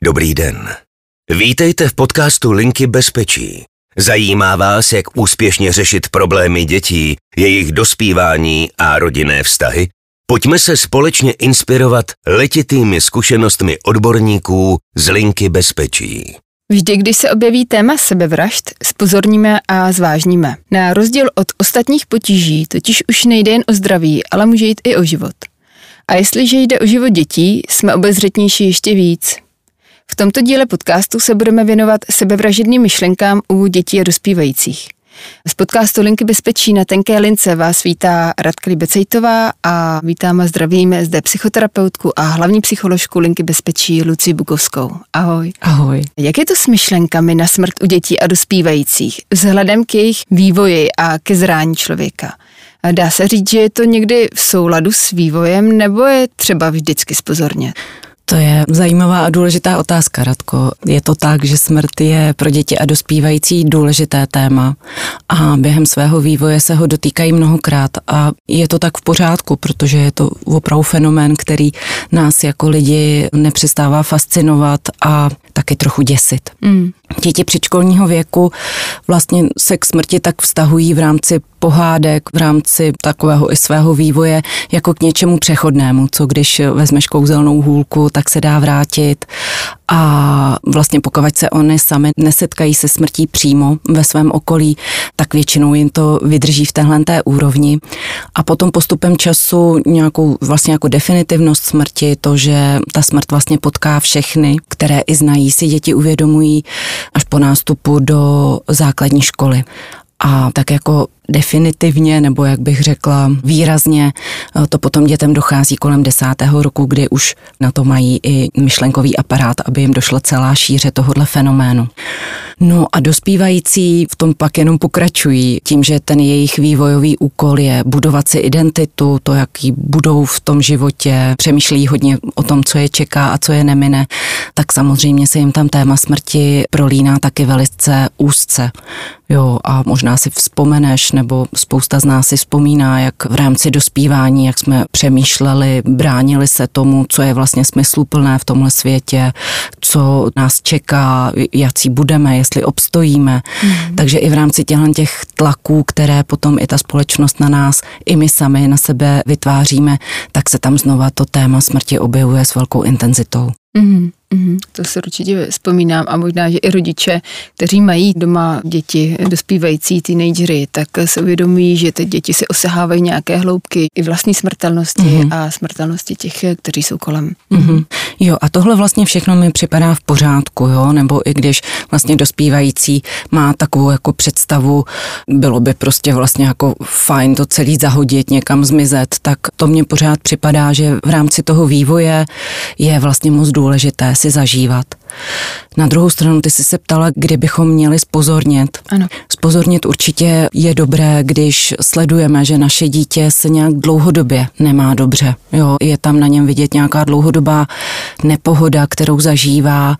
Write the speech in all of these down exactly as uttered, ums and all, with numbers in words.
Dobrý den. Vítejte v podcastu Linky bezpečí. Zajímá vás, jak úspěšně řešit problémy dětí, jejich dospívání a rodinné vztahy? Pojďme se společně inspirovat letitými zkušenostmi odborníků z Linky bezpečí. Vždy, když se objeví téma sebevražd, zpozorníme a zvážníme. Na rozdíl od ostatních potíží totiž už nejde jen o zdraví, ale může jít i o život. A jestliže jde o život dětí, jsme obezřetnější ještě víc. V tomto díle podcastu se budeme věnovat sebevražedným myšlenkám u dětí a dospívajících. Z podcastu Linky bezpečí na tenké lince vás vítá Radka Libecejtová a vítám a zdravím zde psychoterapeutku a hlavní psycholožku Linky bezpečí Lucii Bukovskou. Ahoj. Ahoj. Jak je to s myšlenkami na smrt u dětí a dospívajících vzhledem k jejich vývoji a ke zrání člověka? Dá se říct, že je to někdy v souladu s vývojem, nebo je třeba vždycky zpozornět? To je zajímavá a důležitá otázka, Radko. Je to tak, že smrt je pro děti a dospívající důležité téma a během svého vývoje se ho dotýkají mnohokrát a je to tak v pořádku, protože je to opravdu fenomén, který nás jako lidi nepřestává fascinovat a taky trochu děsit. Mm. Děti předškolního věku vlastně se k smrti tak vztahují v rámci pohádek, v rámci takového i svého vývoje jako k něčemu přechodnému, co když vezmeš kouzelnou hůlku, tak se dá vrátit a vlastně pokud se oni sami nesetkají se smrtí přímo ve svém okolí, tak většinou jim to vydrží v téhleté úrovni a potom postupem času nějakou vlastně jako definitivnost smrti, to, že ta smrt vlastně potká všechny, které i znají, si děti uvědomují až po nástupu do základní školy. A tak jako definitivně, nebo jak bych řekla výrazně, to potom dětem dochází kolem desátého roku, kdy už na to mají i myšlenkový aparát, aby jim došla celá šíře tohohle fenoménu. No a dospívající v tom pak jenom pokračují tím, že ten jejich vývojový úkol je budovat si identitu, to, jaký budou v tom životě, přemýšlí hodně o tom, co je čeká a co je nemine, tak samozřejmě se jim tam téma smrti prolíná taky velice úzce. Jo, a možná si vzpomeneš, nebo spousta z nás si vzpomíná, jak v rámci dospívání, jak jsme přemýšleli, bránili se tomu, co je vlastně smysluplné v tomhle světě, co nás čeká, jací budeme, jestli obstojíme. Mm. Takže i v rámci těch tlaků, které potom i ta společnost na nás, i my sami na sebe vytváříme, tak se tam znova to téma smrti objevuje s velkou intenzitou. Mm. Mm, to se určitě vzpomínám a možná, že i rodiče, kteří mají doma děti, dospívající teenagery, tak se uvědomují, že ty děti si osahávají nějaké hloubky i vlastní smrtelnosti mm. a smrtelnosti těch, kteří jsou kolem. Mm. Jo, a tohle vlastně všechno mi připadá v pořádku, jo, nebo i když vlastně dospívající má takovou jako představu, bylo by prostě vlastně jako fajn to celý zahodit, někam zmizet, tak to mně pořád připadá, že v rámci toho vývoje je vlastně moc důležité si zažívat. Na druhou stranu ty jsi se ptala, kdy bychom měli zpozornět. Ano. Zpozornět určitě je dobré, když sledujeme, že naše dítě se nějak dlouhodobě nemá dobře. Jo, je tam na něm vidět nějaká dlouhodobá nepohoda, kterou zažívá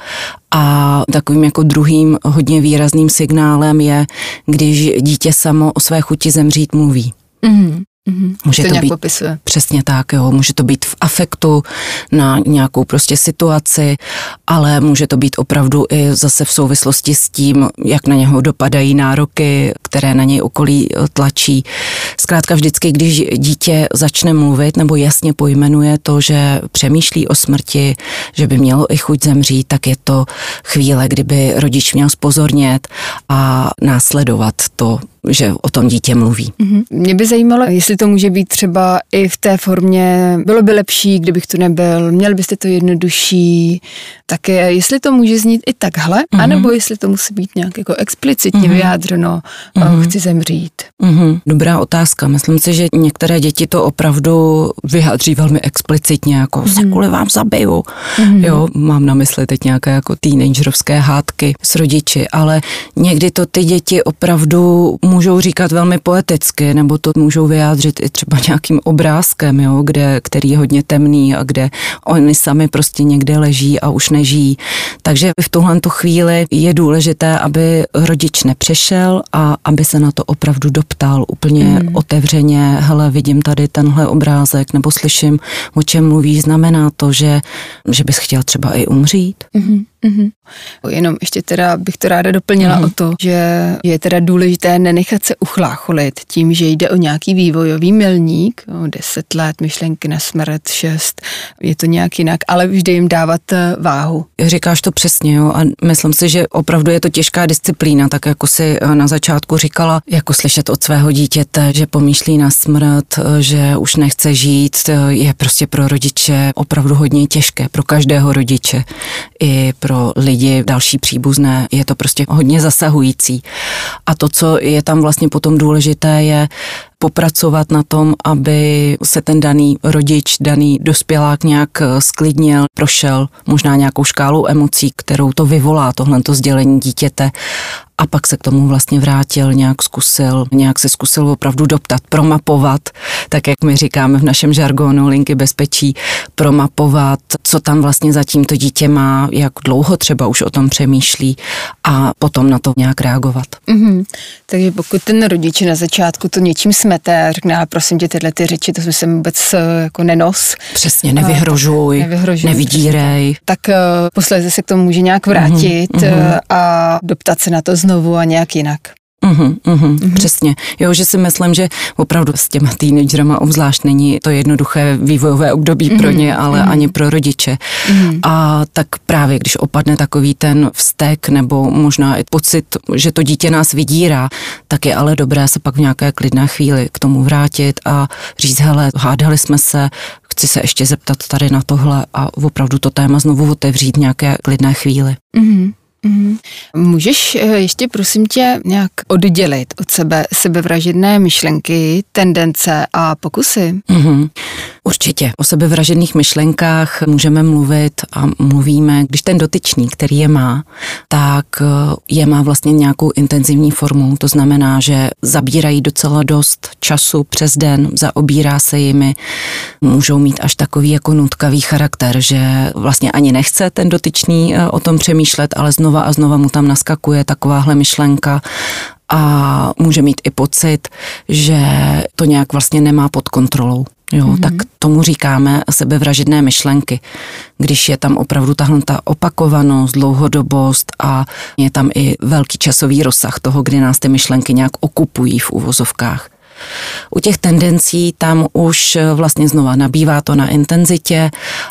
a takovým jako druhým hodně výrazným signálem je, když dítě samo o své chuti zemřít mluví. Mhm. Mm-hmm. Může to, to být popisuje. Přesně tak, jo. Může to být v afektu na nějakou prostě situaci, ale může to být opravdu i zase v souvislosti s tím, jak na něho dopadají nároky, které na něj okolí tlačí. Zkrátka vždycky, když dítě začne mluvit nebo jasně pojmenuje to, že přemýšlí o smrti, že by mělo i chuť zemřít, tak je to chvíle, kdyby rodič měl zpozornět a následovat to, že o tom dítě mluví. Mm-hmm. Mě by zajímalo, jestli to může být třeba i v té formě, bylo by lepší, kdybych tu nebyl, měli byste to jednodušší, tak jestli to může znít i takhle, mm-hmm. anebo jestli to musí být nějak jako explicitně mm-hmm. vyjádřeno, mm-hmm. chci zemřít. Mm-hmm. Dobrá otázka. Myslím si, že některé děti to opravdu vyjádří velmi explicitně, jako mm-hmm. se kvůli vám zabiju. Mm-hmm. Jo, mám na mysli teď nějaké jako teenagerovské hádky s rodiči, ale někdy to ty děti opravdu můžou říkat velmi poeticky, nebo to můžou vyjádřit i třeba nějakým obrázkem, jo, kde, který je hodně temný a kde oni sami prostě někde leží a už nežijí. Takže v tuhle tu chvíli je důležité, aby rodič nepřešel a aby se na to opravdu doptal úplně mm. otevřeně. Hele, vidím tady tenhle obrázek, nebo slyším, o čem mluví. Znamená to, že, že bys chtěl třeba i umřít? Mm. Mm-hmm. Jenom ještě teda bych to ráda doplnila mm-hmm. o to, že je teda důležité nenechat se uchlácholit tím, že jde o nějaký vývojový milník, o deset let, myšlenky na smrt, šest, je to nějak jinak, ale vždy jim dávat váhu. Říkáš to přesně, jo, a myslím si, že opravdu je to těžká disciplína, tak jako si na začátku říkala, jako slyšet od svého dítěte, že pomýšlí na smrt, že už nechce žít, je prostě pro rodiče opravdu hodně těžké, pro každého rodiče i pro lidi další příbuzné, je to prostě hodně zasahující. A to, co je tam vlastně potom důležité, je popracovat na tom, aby se ten daný rodič, daný dospělák nějak sklidnil, prošel možná nějakou škálu emocí, kterou to vyvolá, tohleto sdělení dítěte, a pak se k tomu vlastně vrátil, nějak zkusil, nějak se zkusil opravdu doptat, promapovat, tak jak my říkáme v našem žargonu linky bezpečí, promapovat, co tam vlastně zatím to dítě má, jak dlouho třeba už o tom přemýšlí a potom na to nějak reagovat. Mm-hmm. Takže pokud ten rodič na začátku to něčím smete a řekne, ale prosím tě, tyhle ty řeči, to jsme se vůbec jako nenos. Přesně, nevyhrožuj, nevyhrožuj nevydírej. Tak uh, posléze se k tomu může nějak vrátit mm-hmm. a doptat se na to znovu a nějak jinak. Uhum, uhum, mm-hmm. Přesně. Jo, že si myslím, že opravdu s těma teenagerama obzvlášť není to jednoduché vývojové období mm-hmm. pro ně, ale mm-hmm. ani pro rodiče. Mm-hmm. A tak právě, když opadne takový ten vztek nebo možná i pocit, že to dítě nás vydírá, tak je ale dobré se pak v nějaké klidné chvíli k tomu vrátit a říct, hele, hádali jsme se, chci se ještě zeptat tady na tohle a opravdu to téma znovu otevřít v nějaké klidné chvíli. Mm-hmm. Mm. Můžeš ještě prosím tě nějak oddělit od sebe sebevražedné myšlenky, tendence a pokusy? Mm-hmm. Určitě. O sebevražedných myšlenkách můžeme mluvit a mluvíme, když ten dotyčný, který je má, tak je má vlastně nějakou intenzivní formou. To znamená, že zabírají docela dost času přes den, zaobírá se jimi, můžou mít až takový jako nutkavý charakter, že vlastně ani nechce ten dotyčný o tom přemýšlet, ale znova a znova mu tam naskakuje takováhle myšlenka a může mít i pocit, že to nějak vlastně nemá pod kontrolou. Jo, mm-hmm. tak tomu říkáme sebevražedné myšlenky. Když je tam opravdu tahle ta opakovanost, dlouhodobost a je tam i velký časový rozsah toho, kdy nás ty myšlenky nějak okupují v uvozovkách. U těch tendencí tam už vlastně znova nabývá to na intenzitě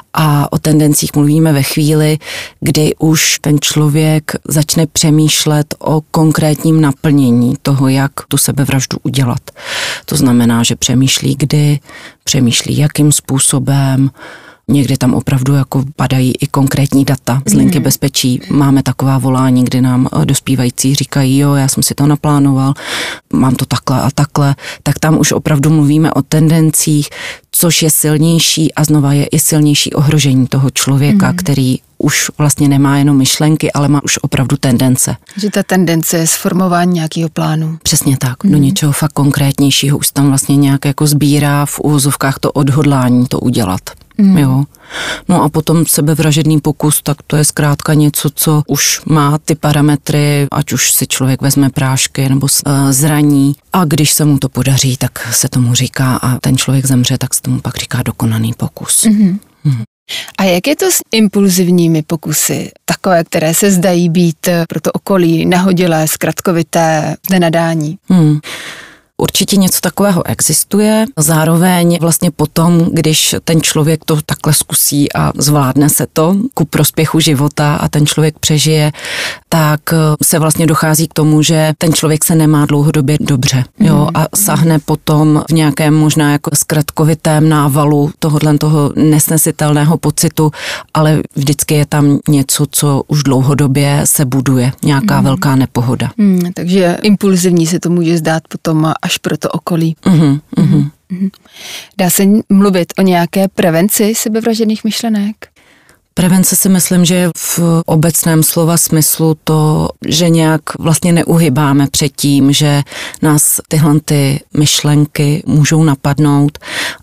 a o tendencích mluvíme ve chvíli, kdy už ten člověk začne přemýšlet o konkrétním naplnění toho, jak tu sebevraždu udělat. To znamená, že přemýšlí kdy, přemýšlí jakým způsobem, někdy tam opravdu jako padají i konkrétní data z linky mm. bezpečí. Máme taková volání, kdy nám dospívající říkají, jo, já jsem si to naplánoval, mám to takhle a takhle, tak tam už opravdu mluvíme o tendencích, což je silnější a znova je i silnější ohrožení toho člověka, mm. který už vlastně nemá jenom myšlenky, ale má už opravdu tendence. Že ta tendence je sformování nějakého plánu. Přesně tak, mm. do něčeho fakt konkrétnějšího už tam vlastně nějak jako sbírá v uvozovkách to odhodlání to udělat. Mm. Jo. No a potom sebevražedný pokus, tak to je zkrátka něco, co už má ty parametry, ať už si člověk vezme prášky nebo zraní a když se mu to podaří, tak se tomu říká a ten člověk zemře, tak se tomu pak říká dokonaný pokus. Mm. Mm. A jak je to s impulzivními pokusy? Takové, které se zdají být pro to okolí nahodilé, zkratkovité, nenadání? Hmm. Určitě něco takového existuje. Zároveň vlastně potom, když ten člověk to takhle zkusí a zvládne se to ku prospěchu života a ten člověk přežije, tak se vlastně dochází k tomu, že ten člověk se nemá dlouhodobě dobře. Jo, a sahne potom v nějakém možná jako zkratkovitém návalu tohohle toho nesnesitelného pocitu, ale vždycky je tam něco, co už dlouhodobě se buduje. Nějaká mm. velká nepohoda. Mm, takže impulzivní se to může zdát potom až pro to okolí. Mm, mm. Mm. Dá se mluvit o nějaké prevenci sebevražedných myšlenek? Prevence si myslím, že v obecném slova smyslu to, že nějak vlastně neuhybáme před tím, že nás tyhle ty myšlenky můžou napadnout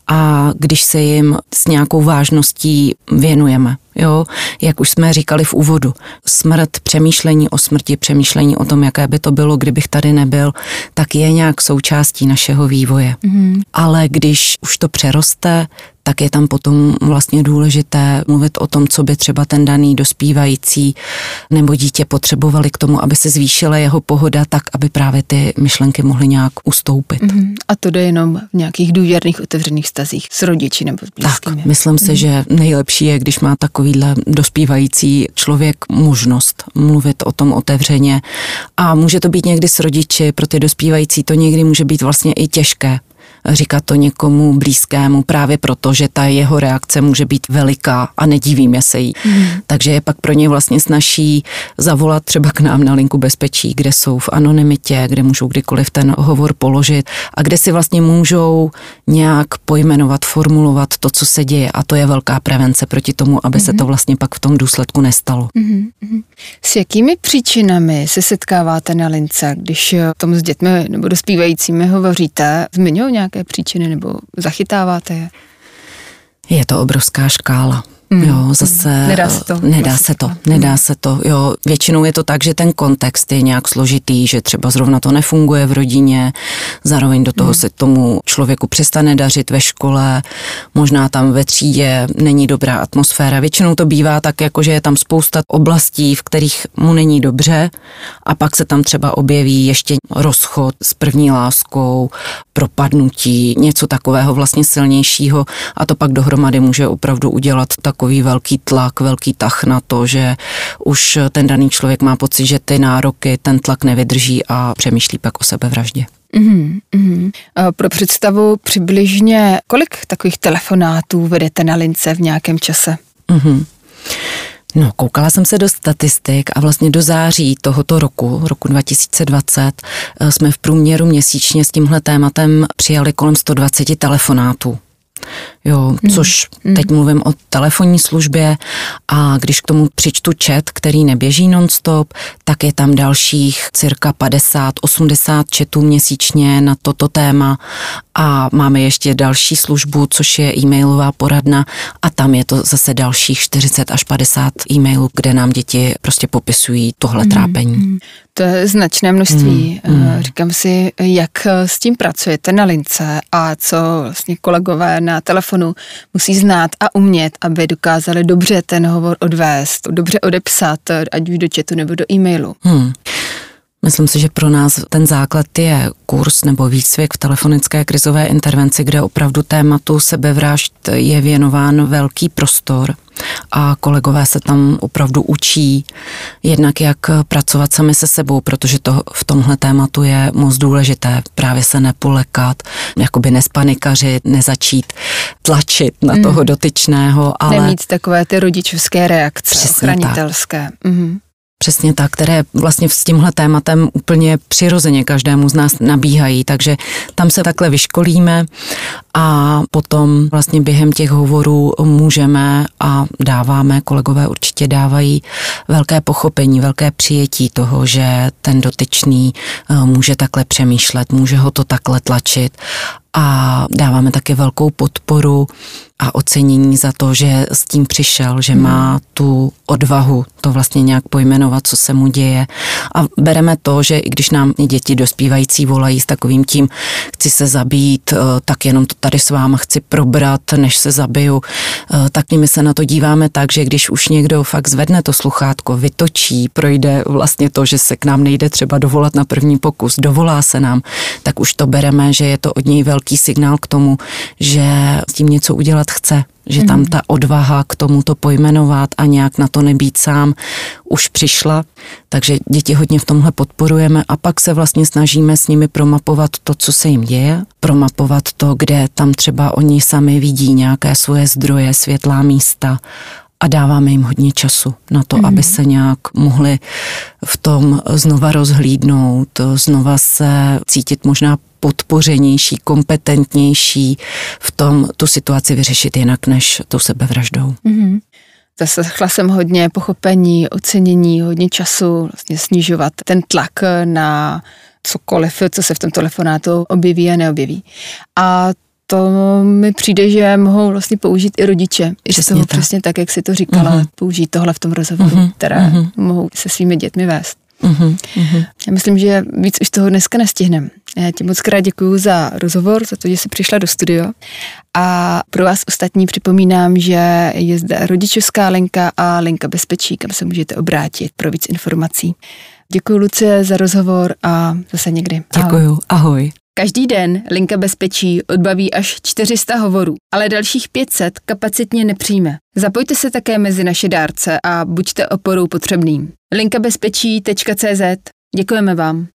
a když se jim s nějakou vážností věnujeme. Jo, jak už jsme říkali v úvodu, smrt, přemýšlení o smrti, přemýšlení o tom, jaké by to bylo, kdybych tady nebyl, tak je nějak součástí našeho vývoje. Mm. Ale když už to přeroste, tak je tam potom vlastně důležité mluvit o tom, co by třeba ten daný dospívající nebo dítě potřebovali k tomu, aby se zvýšila jeho pohoda, tak aby právě ty myšlenky mohly nějak ustoupit. Mm. A to jde jenom v nějakých důvěrných, otevřených vztazích s rodiči nebo s blízkými. Tak, myslím mm. si, že nejlepší je, když má takovýhle dospívající člověk možnost mluvit o tom otevřeně. A může to být někdy s rodiči, pro ty dospívající to někdy může být vlastně i těžké říkat to někomu blízkému právě proto, že ta jeho reakce může být veliká a nedivíme se jí. Mm. Takže je pak pro ně vlastně snazší zavolat třeba k nám na linku bezpečí, kde jsou v anonymitě, kde můžou kdykoliv ten hovor položit a kde si vlastně můžou nějak pojmenovat, formulovat to, co se děje, a to je velká prevence proti tomu, aby mm. se to vlastně pak v tom důsledku nestalo. Mm. S jakými příčinami se setkáváte na lince, když o tom s dětmi nebo dospívajícími hovoříte? Zmiňují nějaké příčiny nebo zachytáváte je? Je to obrovská škála. Mm. Jo, zase nedá se to. Nedá se to, nedá se to. Jo, většinou je to tak, že ten kontext je nějak složitý, že třeba zrovna to nefunguje v rodině, zároveň do toho mm. se tomu člověku přestane dařit ve škole, možná tam ve třídě není dobrá atmosféra. Většinou to bývá tak, jako že je tam spousta oblastí, v kterých mu není dobře, a pak se tam třeba objeví ještě rozchod s první láskou, propadnutí, něco takového vlastně silnějšího, a to pak dohromady může opravdu udělat tak takový velký tlak, velký tah na to, že už ten daný člověk má pocit, že ty nároky, ten tlak nevydrží a přemýšlí pak o sebevraždě. Mm, mm. Pro představu přibližně, kolik takových telefonátů vedete na lince v nějakém čase? Mm. No, koukala jsem se do statistik a vlastně do září tohoto roku, roku dva tisíce dvacet, jsme v průměru měsíčně s tímhle tématem přijali kolem sto dvacet telefonátů. Jo, což mm. teď mluvím o telefonní službě, a když k tomu přičtu chat, který neběží non-stop, tak je tam dalších cirka padesát osmdesát chatů měsíčně na toto téma, a máme ještě další službu, což je e-mailová poradna, a tam je to zase dalších čtyřicet až padesát e-mailů, kde nám děti prostě popisují tohle mm. trápení. To je značné množství. Mm. Říkám si, jak s tím pracujete na lince a co vlastně kolegové na telefonu musí znát a umět, aby dokázali dobře ten hovor odvést, dobře odepsat, ať už do chatu nebo do e-mailu. Hmm. Myslím si, že pro nás ten základ je kurz nebo výcvik v telefonické krizové intervenci, kde opravdu tématu sebevražd je věnován velký prostor a kolegové se tam opravdu učí jednak jak pracovat sami se sebou, protože to v tomhle tématu je moc důležité, právě se nepolekat, jakoby nespanikařit, nezačít tlačit na mm. toho dotyčného, ale nemít takové ty rodičovské reakce, ochranitelské. Mhm. Přesně tak, které vlastně s tímhle tématem úplně přirozeně každému z nás nabíhají, takže tam se takhle vyškolíme a potom vlastně během těch hovorů můžeme a dáváme, kolegové určitě dávají velké pochopení, velké přijetí toho, že ten dotyčný může takhle přemýšlet, může ho to takhle tlačit, a dáváme také velkou podporu a ocenění za to, že s tím přišel, že má tu odvahu to vlastně nějak pojmenovat, co se mu děje. A bereme to, že i když nám děti dospívající volají s takovým tím, chci se zabít, tak jenom to tady s váma chci probrat, než se zabiju, tak my se na to díváme tak, že když už někdo fakt zvedne to sluchátko, vytočí, projde vlastně to, že se k nám nejde třeba dovolat na první pokus, dovolá se nám, tak už to bereme, že je to od něj velký signál k tomu, že s tím něco udělat chce, že tam ta odvaha k tomu to pojmenovat a nějak na to nebýt sám už přišla, takže děti hodně v tomhle podporujeme a pak se vlastně snažíme s nimi promapovat to, co se jim děje, promapovat to, kde tam třeba oni sami vidí nějaké svoje zdroje, světlá místa, a dáváme jim hodně času na to, mm. aby se nějak mohli v tom znova rozhlídnout, znova se cítit možná podpořenější, kompetentnější v tom tu situaci vyřešit jinak než tou sebevraždou. Mm. Zaslechla jsem hodně pochopení, ocenění, hodně času vlastně snižovat ten tlak na cokoliv, co se v tom telefonátu objeví a neobjeví. A to mi přijde, že mohou vlastně použít i rodiče. I z toho tak. přesně tak, jak si to říkala, uh-huh. použít tohle v tom rozhovoru, uh-huh. které uh-huh. mohou se svými dětmi vést. Uh-huh. Uh-huh. Já myslím, že víc už toho dneska nestihneme. Já ti moc krát děkuju za rozhovor, za to, že jsi přišla do studia. A pro vás ostatní připomínám, že je zde rodičovská linka a linka bezpečí, kam se můžete obrátit pro víc informací. Děkuji, Lucie, za rozhovor a zase někdy. Děkuju, ahoj. Každý den linka bezpečí odbaví až čtyři sta hovorů, ale dalších pět set kapacitně nepřijme. Zapojte se také mezi naše dárce a buďte oporou potřebným. linka bezpečí tečka cé zet. Děkujeme vám.